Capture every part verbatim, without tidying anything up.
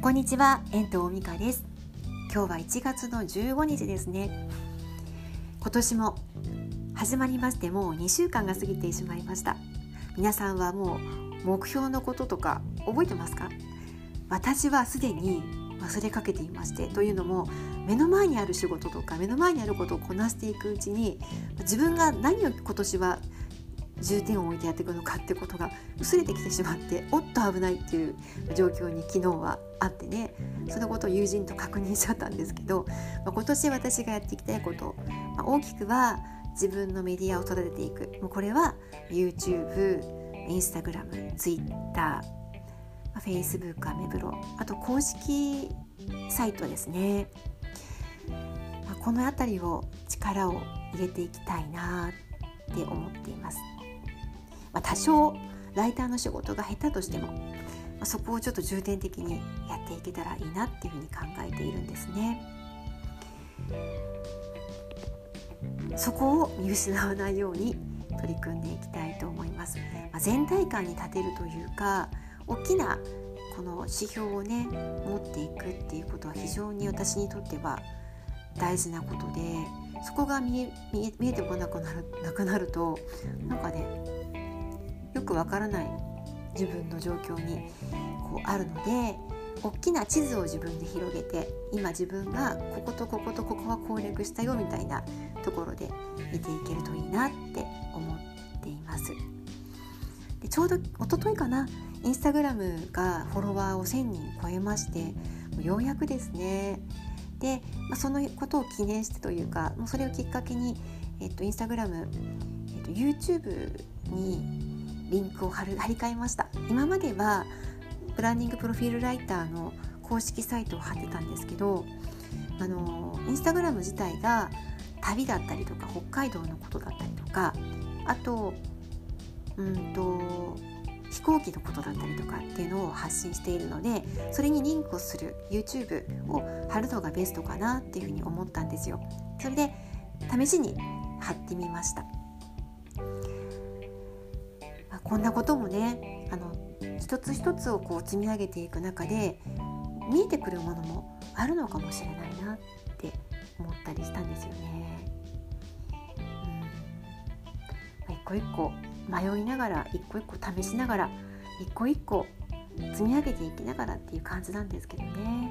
こんにちは、遠藤美香です。今日はいちがつのじゅうごにちですね。今年も始まりまして、もうにしゅうかんが過ぎてしまいました。皆さんはもう目標のこととか覚えてますか？私はすでに忘れかけていまして、というのも目の前にある仕事とか目の前にあることをこなしていくうちに、自分が何を今年は重点を置いてやっていくのかってことが薄れてきてしまって、おっと危ないっていう状況に昨日はあってね、そのことを友人と確認しちゃったんですけど、まあ、今年私がやっていきたいこと、まあ、大きくは自分のメディアを育てていく。もうこれは YouTube、Instagram、Twitter、Facebook、アメブロ、あと公式サイトですね。まあ、このあたりを力を入れていきたいなって思っています。まあ、多少ライターの仕事が下手としても、まあ、そこをちょっと重点的にやっていけたらいいなっていうふうに考えているんですね。そこを見失わないように取り組んでいきたいと思います。まあ、全体感に立てるというか、大きなこの指標をね持っていくっていうことは非常に私にとっては大事なことで、そこが見え、見え、見えてこなくなる、なくなるとなんかね、よくわからない自分の状況にこうあるので、大きな地図を自分で広げて、今自分がこことこことここは攻略したよみたいなところで見ていけるといいなって思っています。でちょうど一昨日かな、インスタグラムがフォロワーをせんにん超えまして、もうようやくですね。で、まあ、そのことを記念してというか、もうそれをきっかけに、えっと、インスタグラム、えっと、YouTube にリンクを貼る、貼り替えました。今まではブランディングプロフィールライターの公式サイトを貼ってたんですけど、あのインスタグラム自体が旅だったりとか北海道のことだったりとか、あとうんと飛行機のことだったりとかっていうのを発信しているので、それにリンクをする YouTube を貼るのがベストかなっていうふうに思ったんですよ。それで試しに貼ってみました。まあ、こんなこともね、あの一つ一つをこう積み上げていく中で見えてくるものもあるのかもしれないなって思ったりしたんですよね。うん、一個一個迷いながら、一個一個試しながら、一個一個積み上げていきながらっていう感じなんですけどね。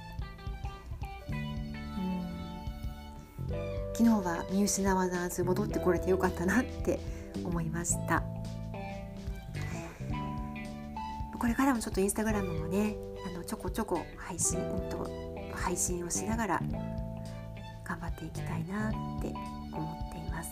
うん、昨日は見失わず戻ってこれてよかったなって思いました。これからもちょっとインスタグラムもね、あのちょこちょこ配信、うんと、配信をしながら頑張っていきたいなって思っています。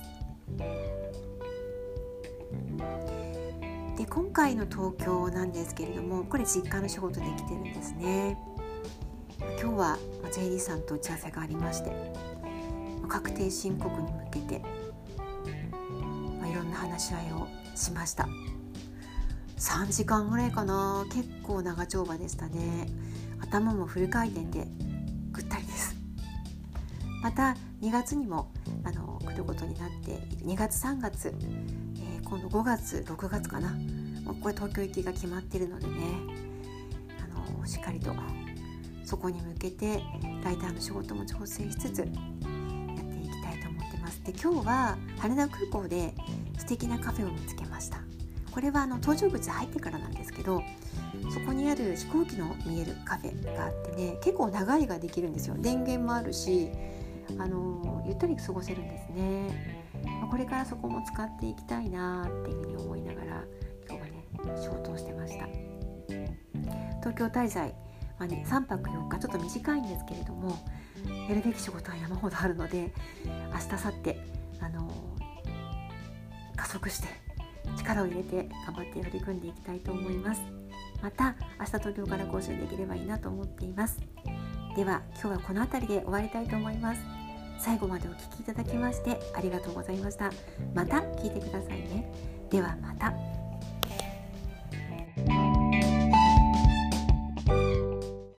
で、今回の東京なんですけれども、これ実家の仕事で来てるんですね。今日は ジェーディー さんと打ち合わせがありまして、確定申告に向けて、まあ、いろんな話し合いをしました。さんじかんぐらいかな。結構長丁場でしたね。頭もフル回転でぐったりです。またにがつにもあの来ることになっている。にがつさんがつ、えー、今度ごがつろくがつかな、もうこれ東京行きが決まっているのでね、あのしっかりとそこに向けてライターの仕事も調整しつつやっていきたいと思ってます。で、今日は羽田空港で素敵なカフェを見つけました。これはあの搭乗口入ってからなんですけど、そこにある飛行機の見えるカフェがあってね、結構長居ができるんですよ。電源もあるし、あのゆったり過ごせるんですね。これからそこも使っていきたいなっていうふうに思いながら、今日はね仕事をしてました。東京滞在、まあね、さんぱくよっか、ちょっと短いんですけれども、やるべき仕事は山ほどあるので、明日明後日あの加速して力を入れて頑張って取り組んでいきたいと思います。また明日東京から更新できればいいなと思っています。では今日はこの辺りで終わりたいと思います。最後までお聞きいただきましてありがとうございました。また聞いてくださいね。ではまた。